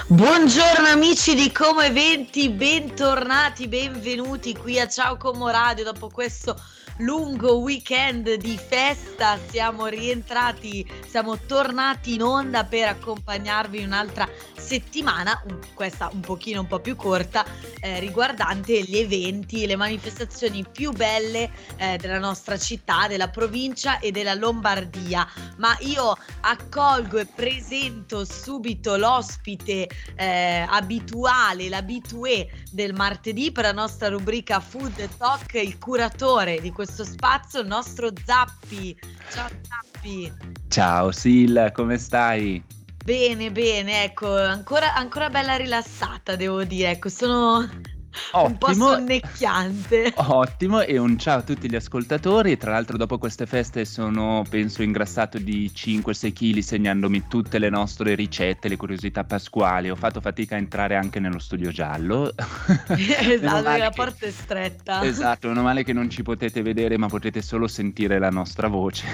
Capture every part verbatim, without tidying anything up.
Buongiorno amici di Como Eventi, bentornati, benvenuti qui a Ciao Como Radio. Dopo questo lungo weekend di festa siamo rientrati, siamo tornati in onda per accompagnarvi in un'altra settimana, un- questa un pochino un po' più corta, eh, riguardante gli eventi, le manifestazioni più belle eh, della nostra città, della provincia e della Lombardia. Ma io accolgo e presento subito l'ospite eh, abituale, l'abitué del martedì per la nostra rubrica Food Talk, il curatore di questo spazio, il nostro Zappi. Ciao Zappi. Ciao Sil, come stai? Bene, bene, ecco, ancora, ancora bella rilassata, devo dire, ecco, sono un po' Ottimo, sonnecchiante. ottimo e un ciao a tutti gli ascoltatori. Tra l'altro dopo queste feste sono, penso, ingrassato di cinque sei chili segnandomi tutte le nostre ricette, le curiosità pasquali. Ho fatto fatica a entrare anche nello studio giallo. Meno Esatto, male la che- porta è stretta. Esatto, meno male che non ci potete vedere ma potete solo sentire la nostra voce.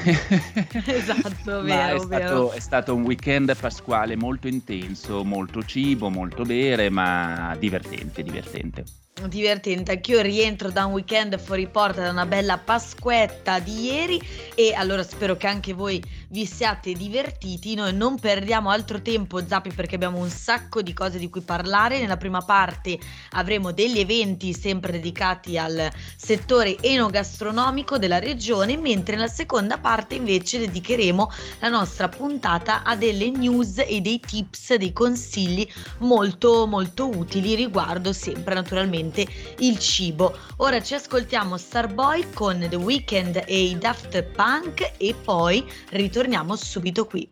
Esatto, Ma è vero, vero. stato, è stato un weekend pasquale molto intenso, molto cibo, molto bere, ma divertente, divertente. Divertente, anch'io rientro da un weekend fuori porta, da una bella Pasquetta di ieri, e allora spero che anche voi vi siate divertiti. Noi non perdiamo altro tempo, Zappi, perché abbiamo un sacco di cose di cui parlare. Nella prima parte avremo degli eventi sempre dedicati al settore enogastronomico della regione, mentre nella seconda parte invece dedicheremo la nostra puntata a delle news e dei tips, dei consigli molto molto utili riguardo sempre naturalmente il cibo. Ora ci ascoltiamo Starboy con The Weeknd e i Daft Punk e poi ritorniamo subito qui.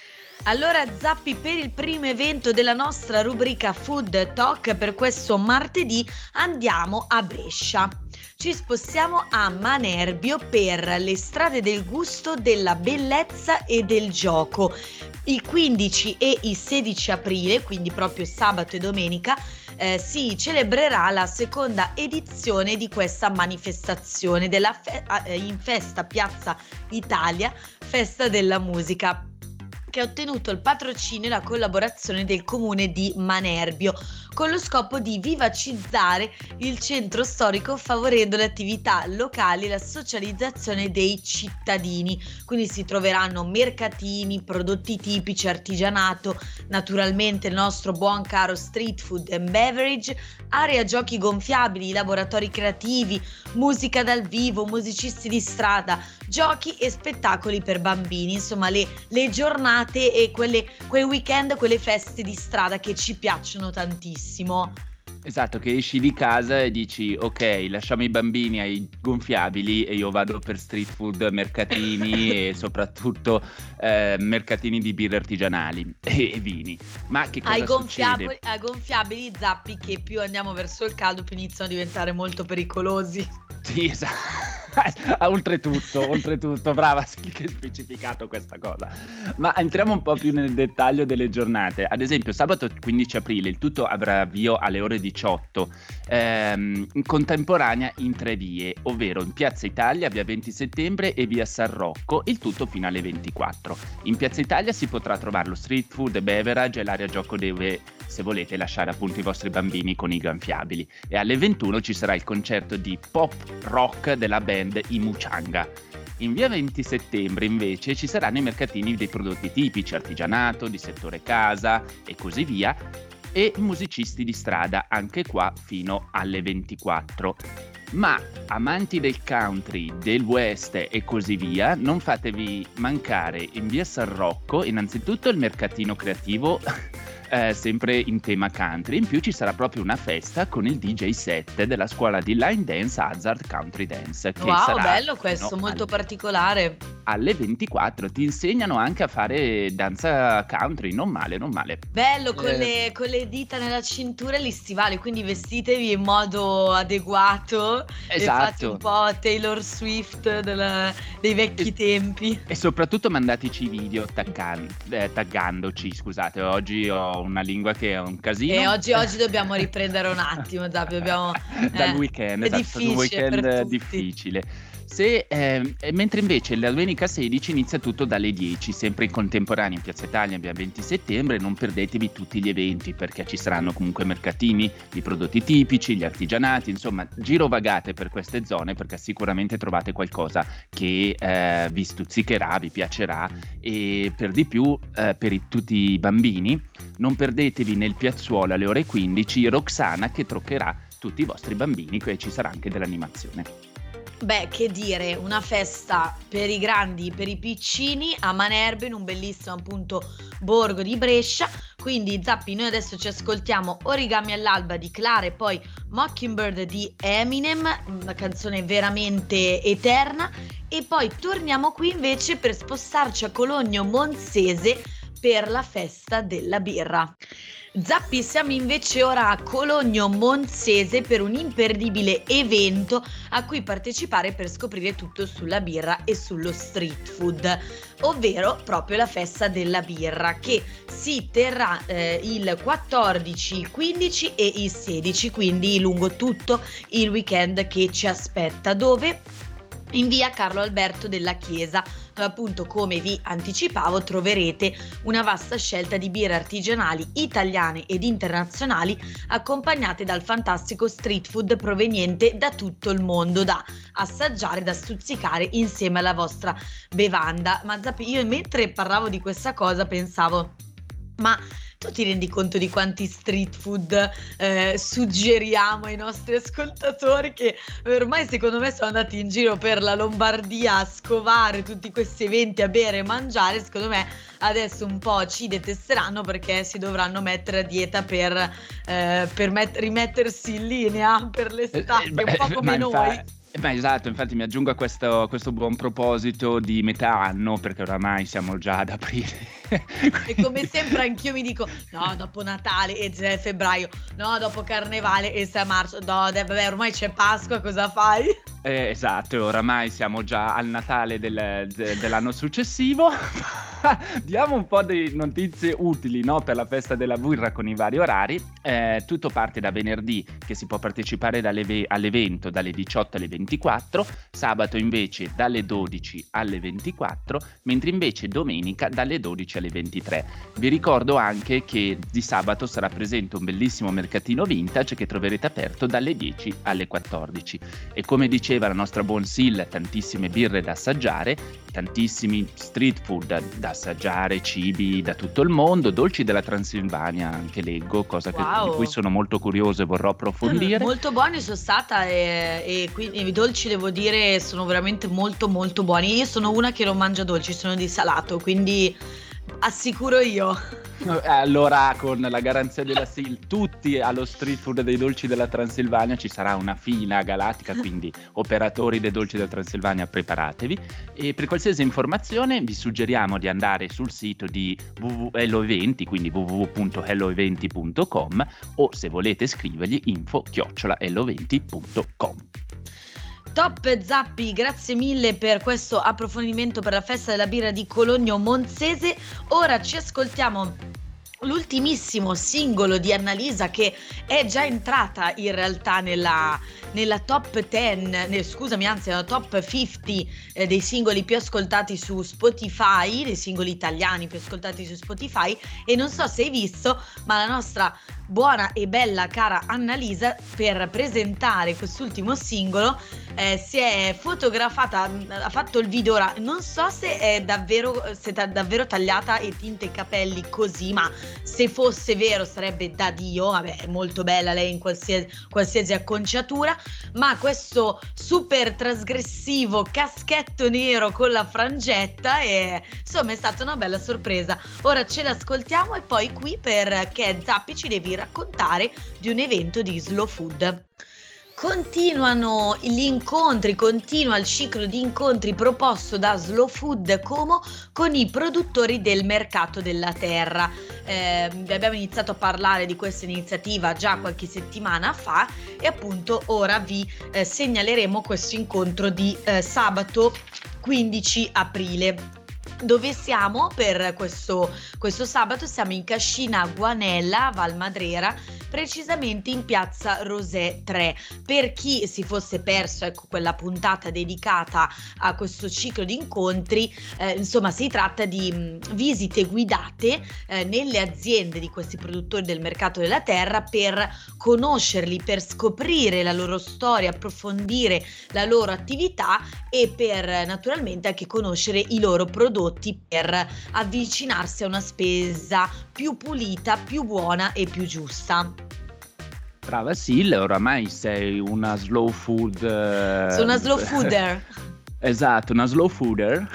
Allora Zappi, per il primo evento della nostra rubrica Food Talk per questo martedì andiamo a Brescia. Ci spostiamo a Manerbio per le strade del gusto, della bellezza e del gioco. Il quindici e il sedici aprile, quindi proprio sabato e domenica, eh, si celebrerà la seconda edizione di questa manifestazione della fe- eh, in Festa Piazza Italia, Festa della Musica, che ha ottenuto il patrocinio e la collaborazione del comune di Manerbio, con lo scopo di vivacizzare il centro storico favorendo le attività locali e la socializzazione dei cittadini. Quindi si troveranno mercatini, prodotti tipici, artigianato, naturalmente il nostro buon caro street food and beverage, area giochi gonfiabili, laboratori creativi, musica dal vivo, musicisti di strada, giochi e spettacoli per bambini, insomma le, le giornate e quelle, quei weekend, quelle feste di strada che ci piacciono tantissimo. Esatto, che esci di casa e dici ok, lasciamo i bambini ai gonfiabili e io vado per street food, mercatini e soprattutto eh, mercatini di birre artigianali e, e vini. Ma che cosa Ai gonfiabili, succede? ai gonfiabili Zappi, che più andiamo verso il caldo più iniziano a diventare molto pericolosi. Sì, esatto. Ah, oltretutto, oltretutto, brava, sì che hai specificato questa cosa. Ma entriamo un po' più nel dettaglio delle giornate. Ad esempio, sabato quindici aprile il tutto avrà avvio alle ore diciotto, ehm, in contemporanea in tre vie, ovvero in Piazza Italia, via venti settembre e via San Rocco, il tutto fino alle ventiquattro. In Piazza Italia si potrà trovare lo street food e beverage e l'area gioco dove, se volete, lasciare appunto i vostri bambini con i gonfiabili. E alle ventuno ci sarà il concerto di pop rock della band I Muchanga. In via venti settembre invece ci saranno i mercatini dei prodotti tipici, artigianato, di settore casa e così via, e i musicisti di strada anche qua fino alle ventiquattro. Ma amanti del country, del west e così via, non fatevi mancare in via San Rocco innanzitutto il mercatino creativo eh, sempre in tema country. In più ci sarà proprio una festa con il D J set della scuola di line dance Hazard Country Dance, che Wow, sarà bello questo, fino molto alle- particolare. alle ventiquattro. Ti insegnano anche a fare danza country, non male, non male. Bello, con, Eh, le, con le dita nella cintura e gli stivali, quindi vestitevi in modo adeguato e fate un esatto. po' Taylor Swift della- dei vecchi E- tempi. E soprattutto mandateci video taggan- eh, taggandoci, scusate, oggi ho una lingua che è un casino. E oggi, oggi dobbiamo riprendere un attimo, Zappi, dobbiamo... Dal eh, weekend, è esatto, è stato un difficile weekend per tutti. difficile. Se, eh, mentre invece la domenica sedici inizia tutto dalle dieci, sempre in contemporanea in Piazza Italia, in via venti settembre. Non perdetevi tutti gli eventi, perché ci saranno comunque mercatini di prodotti tipici, gli artigianati, insomma girovagate per queste zone, perché sicuramente trovate qualcosa che eh, vi stuzzicherà, vi piacerà. E per di più eh, per i, tutti i bambini non perdetevi nel piazzuolo alle ore quindici Roxana, che truccherà tutti i vostri bambini, e ci sarà anche dell'animazione. Beh, che dire, una festa per i grandi, per i piccini a Manerba, in un bellissimo appunto borgo di Brescia. Quindi Zappi, noi adesso ci ascoltiamo Origami all'alba di Clara e poi Mockingbird di Eminem, una canzone veramente eterna, e poi torniamo qui invece per spostarci a Cologno Monzese per la festa della birra. Zappi, siamo invece ora a Cologno Monzese per un imperdibile evento a cui partecipare per scoprire tutto sulla birra e sullo street food, ovvero proprio la festa della birra, che si terrà eh, il quattordici, quindici e il sedici, quindi lungo tutto il weekend che ci aspetta, dove in via Carlo Alberto della Chiesa, dove appunto, come vi anticipavo, troverete una vasta scelta di birre artigianali italiane ed internazionali, accompagnate dal fantastico street food proveniente da tutto il mondo, da assaggiare, da stuzzicare insieme alla vostra bevanda. Ma Zappi, io mentre parlavo di questa cosa pensavo, ma tu ti rendi conto di quanti street food eh, suggeriamo ai nostri ascoltatori, che ormai secondo me sono andati in giro per la Lombardia a scovare tutti questi eventi, a bere e mangiare? Secondo me adesso un po' ci detesteranno, perché si dovranno mettere a dieta per, eh, per met- rimettersi in linea per l'estate, Eh, eh, un po' come ma noi. infa- Ma esatto, infatti mi aggiungo a questo, questo buon proposito di metà anno, perché oramai siamo già ad aprile. E come sempre anch'io mi dico, no, dopo Natale e c'è febbraio, no, dopo Carnevale e sta marzo, no, dai, vabbè, ormai c'è Pasqua, cosa fai? Eh, esatto, oramai siamo già al Natale del- de- dell'anno successivo. Diamo un po' di notizie utili, no, per la festa della birra con i vari orari. Eh, tutto parte da venerdì, che si può partecipare dalle- all'evento dalle diciotto alle ventiquattro, sabato invece dalle dodici alle ventiquattro, mentre invece domenica dalle dodici alle ventitré. Vi ricordo anche che di sabato sarà presente un bellissimo mercatino vintage che troverete aperto dalle dieci alle quattordici. E come diceva la nostra buon Sil, tantissime birre da assaggiare, tantissimi street food da assaggiare, cibi da tutto il mondo, dolci della Transilvania anche leggo, cosa che, Wow. di cui sono molto curioso e vorrò approfondire. Molto buoni sono stata, e, e quindi i dolci, devo dire, sono veramente molto molto buoni. Io sono una che non mangia dolci, sono di salato, quindi assicuro io. Eh, Allora, con la garanzia della Sil, tutti allo street food dei dolci della Transilvania, ci sarà una fila galattica, quindi operatori dei dolci della Transilvania, preparatevi. E per qualsiasi informazione vi suggeriamo di andare sul sito di w w w punto hello eventi, quindi w w w punto hello eventi punto com, o se volete scrivergli info chiocciola hello eventi punto com. Top Zappi, grazie mille per questo approfondimento per la festa della birra di Cologno Monzese. Ora ci ascoltiamo l'ultimissimo singolo di Annalisa, che è già entrata in realtà nella, nella top dieci, nel, scusami, anzi nella top cinquanta eh, dei singoli più ascoltati su Spotify, dei singoli italiani più ascoltati su Spotify. E non so se hai visto, ma la nostra buona e bella cara Annalisa, per presentare quest'ultimo singolo, eh, si è fotografata, ha fatto il video. Ora non so se è davvero, se è davvero tagliata e tinta i capelli così, ma se fosse vero sarebbe da Dio. Vabbè, è molto bella lei in qualsiasi, qualsiasi acconciatura, ma questo super trasgressivo caschetto nero con la frangetta, e insomma è stata una bella sorpresa. Ora ce l'ascoltiamo e poi qui, perché Zappi ci devi raccontare di un evento di slow food. Continuano gli incontri, continua il ciclo di incontri proposto da Slow Food Como con i produttori del mercato della terra. Eh, abbiamo iniziato a parlare di questa iniziativa già qualche settimana fa, e appunto ora vi eh, segnaleremo questo incontro di eh, sabato quindici aprile. Dove siamo per questo, questo sabato? Siamo in Cascina Guanella, Val Madrera, precisamente in piazza Rosè tre. Per chi si fosse perso, ecco, quella puntata dedicata a questo ciclo di incontri, eh, insomma si tratta di mh, visite guidate eh, nelle aziende di questi produttori del mercato della terra per conoscerli, per scoprire la loro storia, approfondire la loro attività e per naturalmente anche conoscere i loro prodotti per avvicinarsi a una spesa più pulita, più buona e più giusta. Brava Sil, oramai sei una slow food. eh, Sono una slow fooder. Esatto, una slow fooder.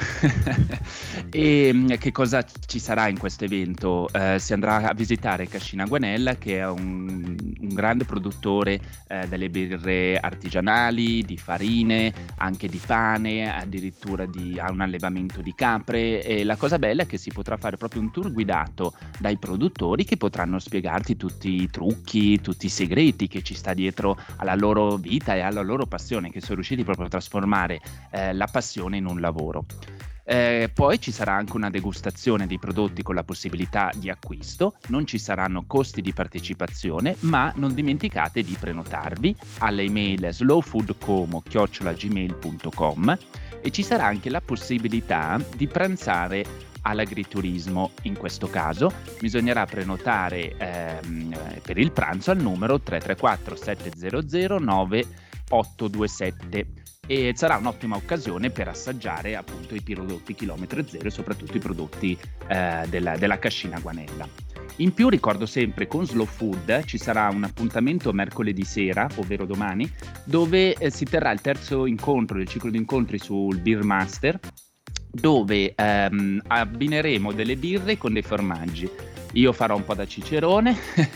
E mh, che cosa ci sarà in questo evento? Eh, si andrà a visitare Cascina Guanella, che è un, un grande produttore eh, delle birre artigianali, di farine, anche di pane, addirittura di, ha un allevamento di capre. E la cosa bella è che si potrà fare proprio un tour guidato dai produttori che potranno spiegarti tutti i trucchi, tutti i segreti che ci sta dietro alla loro vita e alla loro passione, che sono riusciti proprio a trasformare eh, la passione in un lavoro. Eh, poi ci sarà anche una degustazione dei prodotti con la possibilità di acquisto, non ci saranno costi di partecipazione, ma non dimenticate di prenotarvi alle email slowfoodcomo chiocciola gmail punto com e ci sarà anche la possibilità di pranzare all'agriturismo. In questo caso bisognerà prenotare ehm, per il pranzo al numero tre tre quattro sette zero zero nove otto due sette. E sarà un'ottima occasione per assaggiare appunto i prodotti chilometro zero e soprattutto i prodotti eh, della, della Cascina Guanella. In più ricordo sempre con Slow Food ci sarà un appuntamento mercoledì sera, ovvero domani, dove eh, si terrà il terzo incontro del ciclo di incontri sul Beer Master, dove ehm, abbineremo delle birre con dei formaggi. Io farò un po' da cicerone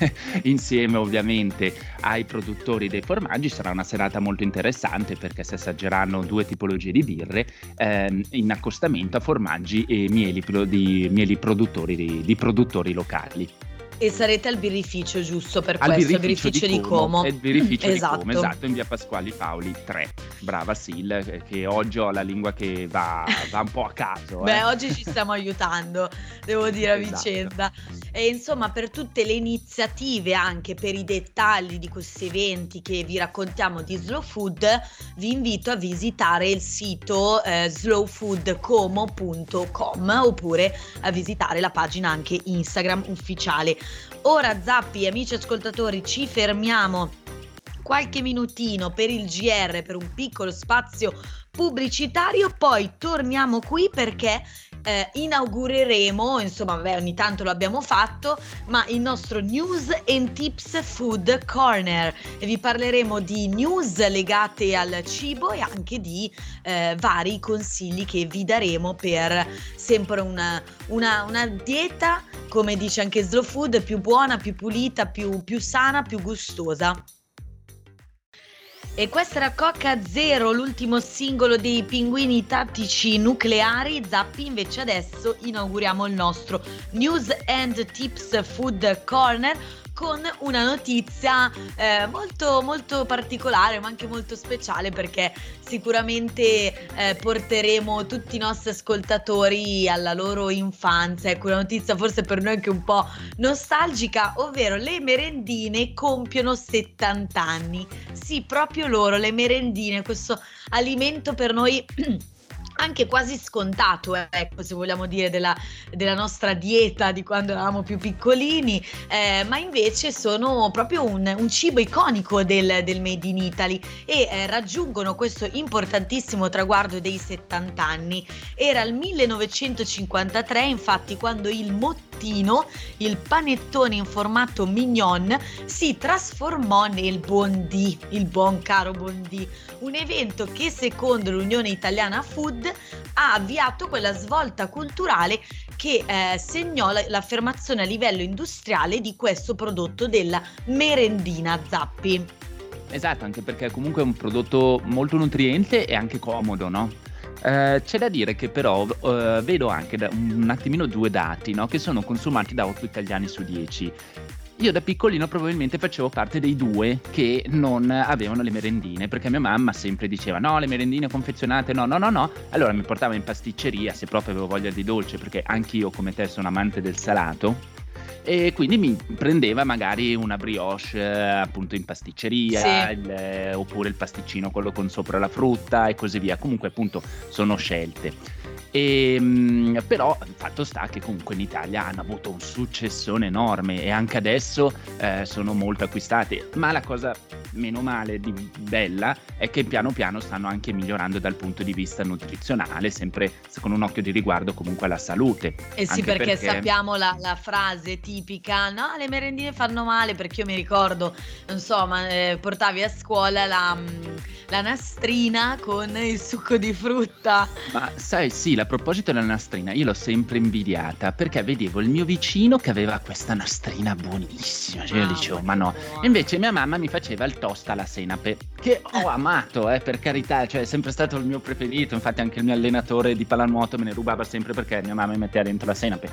insieme ovviamente ai produttori dei formaggi. Sarà una serata molto interessante perché si assaggeranno due tipologie di birre ehm, in accostamento a formaggi e mieli, pro- di, mieli produttori di, di produttori locali. E sarete al birrificio, giusto, per Al questo, birrificio, birrificio di Como, Como. è il birrificio Esatto. di Como, esatto, in via Pasquali Paoli tre. Brava Sil, che oggi ho la lingua che va, va un po' a caso. Beh, eh. oggi ci stiamo aiutando, devo dire a Esatto. vicenda. E insomma, per tutte le iniziative, anche per i dettagli di questi eventi che vi raccontiamo di Slow Food, vi invito a visitare il sito eh, slow food como punto com oppure a visitare la pagina anche Instagram ufficiale. Ora, Zappi, amici ascoltatori, ci fermiamo qualche minutino per il G R, per un piccolo spazio pubblicitario, poi torniamo qui perché eh, inaugureremo, insomma, vabbè, ogni tanto lo abbiamo fatto, ma il nostro News and Tips Food Corner, e vi parleremo di news legate al cibo e anche di eh, vari consigli che vi daremo per sempre una, una, una dieta, come dice anche Slow Food, più buona, più pulita, più, più sana, più gustosa. E questa era Coca Zero, l'ultimo singolo dei Pinguini Tattici Nucleari. Zappi, invece adesso inauguriamo il nostro News and Tips Food Corner con una notizia eh, molto molto particolare, ma anche molto speciale, perché sicuramente eh, porteremo tutti i nostri ascoltatori alla loro infanzia. Ecco, una notizia forse per noi anche un po' nostalgica, ovvero le merendine compiono settanta anni. Sì, proprio loro, le merendine, questo alimento per noi anche quasi scontato, ecco, se vogliamo dire, della, della nostra dieta di quando eravamo più piccolini, eh, ma invece sono proprio un, un cibo iconico del, del Made in Italy e eh, raggiungono questo importantissimo traguardo dei settanta anni. Era il millenovecentocinquantatré, infatti, quando il mottino, il panettone in formato mignon, si trasformò nel Bondi, il buon caro Bondi, un evento che secondo l'Unione Italiana Food ha avviato quella svolta culturale che eh, segnò la, l'affermazione a livello industriale di questo prodotto della merendina, Zappi. Esatto, anche perché comunque è un prodotto molto nutriente e anche comodo, no? Eh, c'è da dire che però eh, vedo anche da, un attimino due dati, no? Che sono consumati da otto italiani su dieci. Io da piccolino probabilmente facevo parte dei due che non avevano le merendine, perché mia mamma sempre diceva no, le merendine confezionate no, no, no, no. Allora mi portava in pasticceria se proprio avevo voglia di dolce, perché anch'io come te sono amante del salato, e quindi mi prendeva magari una brioche eh, appunto in pasticceria, Sì. il, eh, oppure il pasticcino quello con sopra la frutta e così via. Comunque appunto sono scelte. E, mh, però il fatto sta che comunque in Italia hanno avuto un successone enorme e anche adesso eh, sono molto acquistate, ma la cosa meno male di bella è che piano piano stanno anche migliorando dal punto di vista nutrizionale, sempre con un occhio di riguardo comunque alla salute. Eh sì, Anche perché perché sappiamo la, la frase tipica, no, le merendine fanno male, perché io mi ricordo, non so, ma eh, portavi a scuola la, mm, la nastrina con il succo di frutta. Ma sai, sì, a proposito della nastrina, io l'ho sempre invidiata perché vedevo il mio vicino che aveva questa nastrina buonissima. Cioè io Mamma, dicevo, che ma no. buona. Invece mia mamma mi faceva il toast alla senape, che ho amato, eh, per carità, cioè è sempre stato il mio preferito. Infatti anche il mio allenatore di pallanuoto me ne rubava sempre perché mia mamma mi metteva dentro la senape.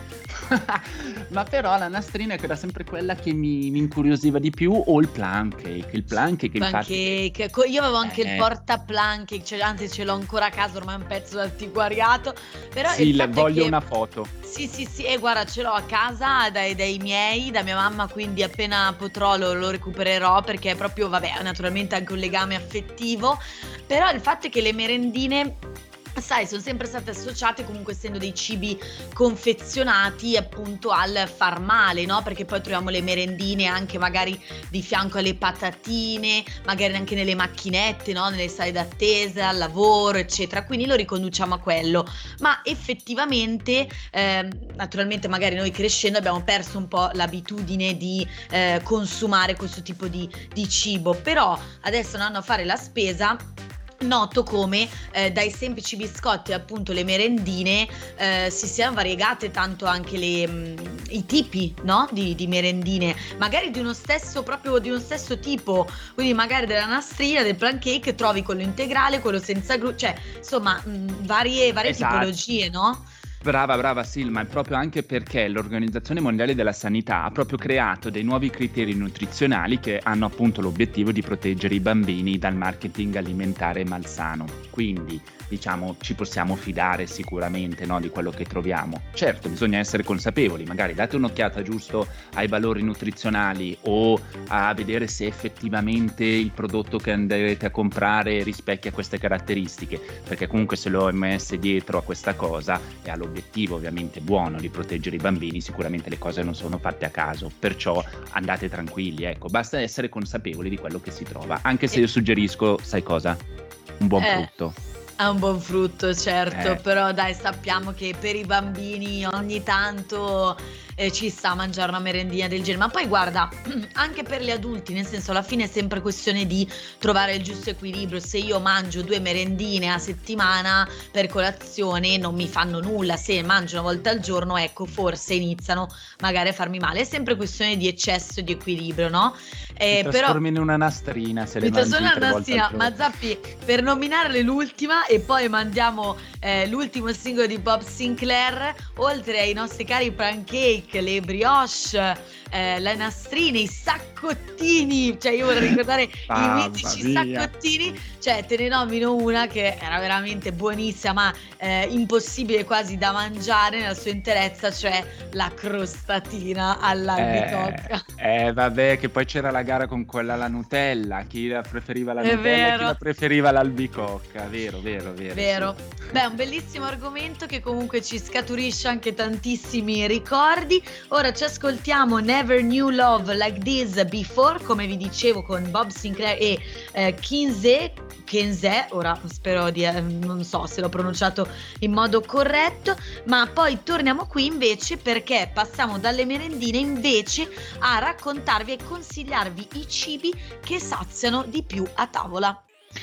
Ma però la nastrina era sempre quella che mi, mi incuriosiva di più, o il plum cake. Il plum cake, infatti. Pancake, co- io avevo anche il Eh, porta pancake, cioè, anzi ce l'ho ancora a casa, ormai è un pezzo d'antiquariato, però il sì, le- fatto è voglio che una foto. sì, sì, sì, e guarda, ce l'ho a casa dai, dai miei, da mia mamma, quindi appena potrò lo, lo recupererò, perché è proprio, vabbè, naturalmente anche un legame affettivo, però il fatto è che le merendine, sai, sono sempre state associate, comunque essendo dei cibi confezionati, appunto al far male, no? Perché poi troviamo le merendine anche magari di fianco alle patatine, magari anche nelle macchinette, no? Nelle sale d'attesa, al lavoro, eccetera. Quindi lo riconduciamo a quello. Ma effettivamente, ehm, naturalmente magari noi crescendo abbiamo perso un po' l'abitudine di eh, consumare questo tipo di, di cibo, però adesso andando a fare la spesa noto come eh, dai semplici biscotti, appunto le merendine, eh, si siano variegate tanto anche le, mh, i tipi, no? Di, di merendine, magari di uno stesso, proprio di uno stesso tipo, quindi magari della nastrina, del pancake trovi quello integrale, quello senza glutine, cioè insomma mh, varie, varie Esatto. tipologie, no? Brava, brava Silma, è proprio anche perché l'Organizzazione Mondiale della Sanità ha proprio creato dei nuovi criteri nutrizionali che hanno appunto l'obiettivo di proteggere i bambini dal marketing alimentare malsano. Quindi, diciamo, ci possiamo fidare sicuramente, no, di quello che troviamo. Certo, bisogna essere consapevoli, magari date un'occhiata giusto ai valori nutrizionali o a vedere se effettivamente il prodotto che andrete a comprare rispecchia queste caratteristiche, perché comunque se l'O M S dietro a questa cosa e all'obiettivo ovviamente buono di proteggere i bambini, sicuramente le cose non sono fatte a caso, perciò andate tranquilli, ecco, basta essere consapevoli di quello che si trova, anche se io suggerisco, sai cosa? Un buon Eh. frutto. È un buon frutto, certo, Eh. però dai, sappiamo che per i bambini ogni tanto eh, ci sta a mangiare una merendina del genere, ma poi guarda, anche per gli adulti, nel senso alla fine è sempre questione di trovare il giusto equilibrio. Se io mangio due merendine a settimana per colazione non mi fanno nulla, se mangio una volta al giorno, ecco, forse iniziano magari a farmi male, è sempre questione di eccesso di equilibrio, no? Eh, Mi però trasformi in una nastrina se le mi mangi trasformo in tre una volte al nastrina, giorno. ma Zappi, per nominarle l'ultima e poi mandiamo eh, l'ultimo singolo di Bob Sinclair, oltre ai nostri cari pancake, le brioche, eh, le nastrine, i saccottini, cioè io vorrei ricordare i Mamma mitici mia. saccottini, cioè te ne nomino una che era veramente buonissima, ma eh, impossibile quasi da mangiare nella sua interezza, cioè la crostatina all'albicocca. Eh, eh, vabbè, che poi c'era la gara con quella alla Nutella, chi la preferiva la È Nutella e chi vero. la preferiva l'albicocca, vero, vero, vero. Vero. sì. Beh, un bellissimo argomento che comunque ci scaturisce anche tantissimi ricordi. Ora ci ascoltiamo Never Knew Love Like This Before, come vi dicevo, con Bob Sinclair e eh, Kinsey, Kinsey, ora spero di, eh, non so se l'ho pronunciato in modo corretto, ma poi torniamo qui invece perché passiamo dalle merendine invece a raccontarvi e consigliarvi i cibi che saziano di più a tavola.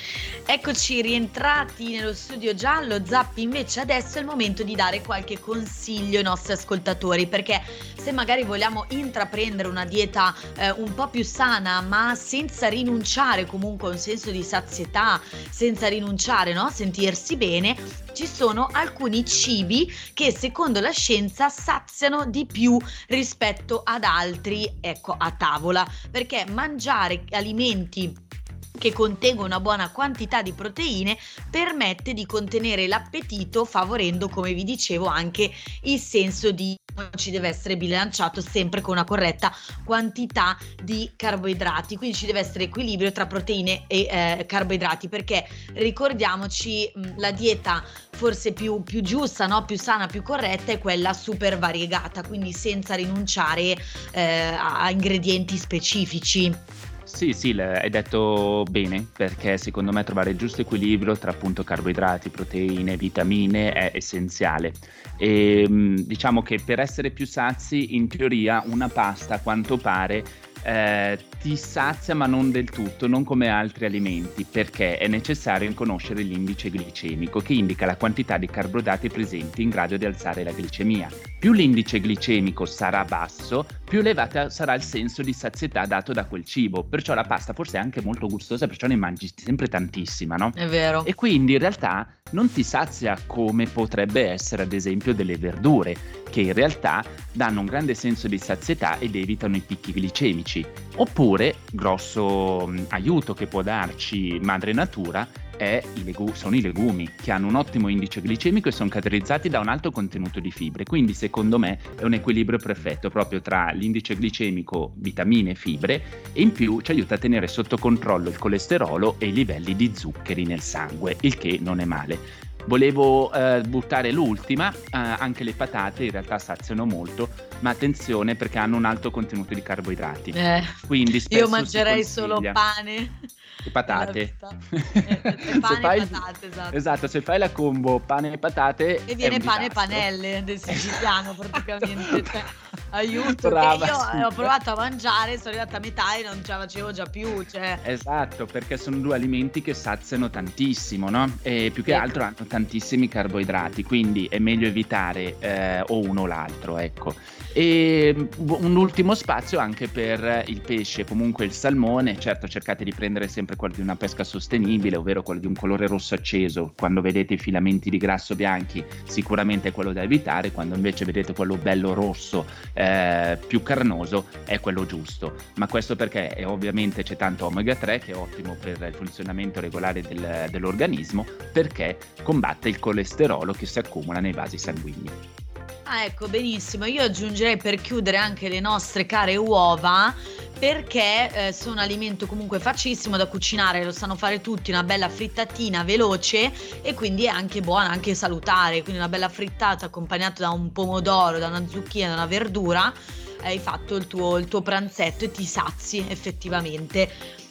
Eccoci rientrati nello studio giallo. Zappi, invece adesso è il momento di dare qualche consiglio ai nostri ascoltatori, perché se magari vogliamo intraprendere una dieta eh, un po' più sana, ma senza rinunciare comunque a un senso di sazietà, senza rinunciare, no? Sentirsi bene, ci sono alcuni cibi che secondo la scienza saziano di più rispetto ad altri, ecco, a tavola, perché mangiare alimenti che contengono una buona quantità di proteine, permette di contenere l'appetito, favorendo, come vi dicevo, anche il senso di ci deve essere bilanciato sempre con una corretta quantità di carboidrati, quindi ci deve essere equilibrio tra proteine e eh, carboidrati, perché ricordiamoci mh, la dieta forse più, più giusta, no? Più sana, più corretta è quella super variegata, quindi senza rinunciare eh, a ingredienti specifici. Sì, sì, hai detto bene, perché secondo me trovare il giusto equilibrio tra appunto carboidrati, proteine, vitamine è essenziale. E diciamo che per essere più sazi, in teoria, una pasta, a quanto pare, eh, ti sazia ma non del tutto, non come altri alimenti, perché è necessario conoscere l'indice glicemico, che indica la quantità di carboidrati presenti in grado di alzare la glicemia. Più l'indice glicemico sarà basso, più elevata sarà il senso di sazietà dato da quel cibo. Perciò la pasta forse è anche molto gustosa, perciò ne mangi sempre tantissima, no? È vero. E quindi in realtà non ti sazia come potrebbe essere ad esempio delle verdure, che in realtà danno un grande senso di sazietà ed evitano i picchi glicemici. Oppure, grosso mh, aiuto che può darci madre natura, è i legu- sono i legumi, che hanno un ottimo indice glicemico e sono caratterizzati da un alto contenuto di fibre. Quindi secondo me è un equilibrio perfetto proprio tra l'indice glicemico, vitamine e fibre, e in più ci aiuta a tenere sotto controllo il colesterolo e i livelli di zuccheri nel sangue, il che non è male. Volevo eh, buttare l'ultima, eh, anche le patate in realtà saziano molto, ma attenzione perché hanno un alto contenuto di carboidrati. Eh, Quindi spesso io mangerei si solo consiglia pane e patate. e, e Se pane fai e il- patate, esatto. Esatto, se fai la combo pane e patate E è viene un pane e disastro. panelle del siciliano praticamente, cioè, aiuto, Brava, che io sì. eh, ho provato a mangiare, sono arrivata a metà e non ce la facevo già più, cioè Esatto, perché sono due alimenti che saziano tantissimo, no? E più che Sì. altro hanno tantissimi carboidrati, quindi è meglio evitare eh, o uno o l'altro, ecco. E bu- un ultimo spazio anche per il pesce, comunque il salmone. Certo, cercate di prendere sempre quello di una pesca sostenibile, ovvero quello di un colore rosso acceso. Quando vedete i filamenti di grasso bianchi, sicuramente è quello da evitare. Quando invece vedete quello bello rosso, eh, più carnoso, è quello giusto. Ma questo perché è, ovviamente c'è tanto omega tre, che è ottimo per il funzionamento regolare del- dell'organismo, perché combatte il colesterolo che si accumula nei vasi sanguigni. Ah, ecco, benissimo. Io aggiungerei per chiudere anche le nostre care uova, perché eh, sono un alimento comunque facilissimo da cucinare, lo sanno fare tutti, una bella frittatina veloce e quindi è anche buona, anche salutare, quindi una bella frittata accompagnata da un pomodoro, da una zucchina, da una verdura, hai fatto il tuo, il tuo pranzetto e ti sazi effettivamente.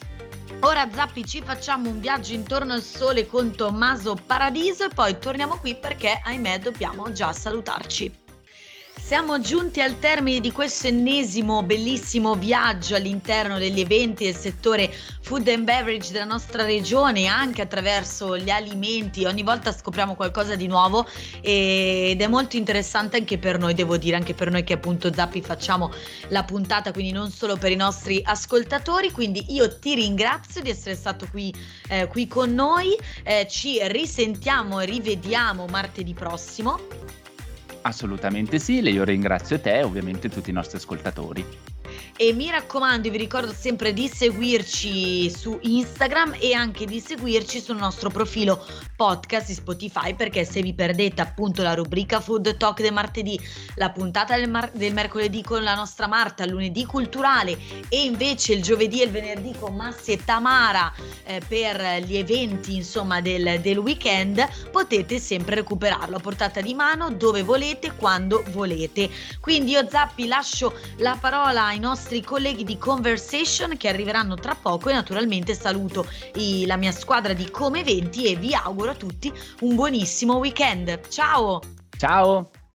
Ora Zappi, ci facciamo un viaggio intorno al sole con Tommaso Paradiso e poi torniamo qui perché ahimè dobbiamo già salutarci. Siamo giunti al termine di questo ennesimo bellissimo viaggio all'interno degli eventi del settore food and beverage della nostra regione, anche attraverso gli alimenti. Ogni volta scopriamo qualcosa di nuovo ed è molto interessante anche per noi, devo dire, anche per noi che appunto Zappi facciamo la puntata, quindi non solo per i nostri ascoltatori. Quindi io ti ringrazio di essere stato qui, eh, qui con noi, eh, ci risentiamo e rivediamo martedì prossimo. Assolutamente sì, io ringrazio te e ovviamente tutti i nostri ascoltatori. E mi raccomando, vi ricordo sempre di seguirci su Instagram e anche di seguirci sul nostro profilo podcast di Spotify, perché se vi perdete appunto la rubrica Food Talk del martedì, la puntata del, mar- del mercoledì con la nostra Marta, il lunedì culturale e invece il giovedì e il venerdì con Massi e Tamara eh, per gli eventi insomma del, del weekend, potete sempre recuperarlo a portata di mano dove volete, quando volete. Quindi io Zappi lascio la parola ai nostri colleghi di Conversation che arriveranno tra poco e naturalmente saluto i, la mia squadra di Come Eventi e vi auguro a tutti un buonissimo weekend. Ciao! Ciao!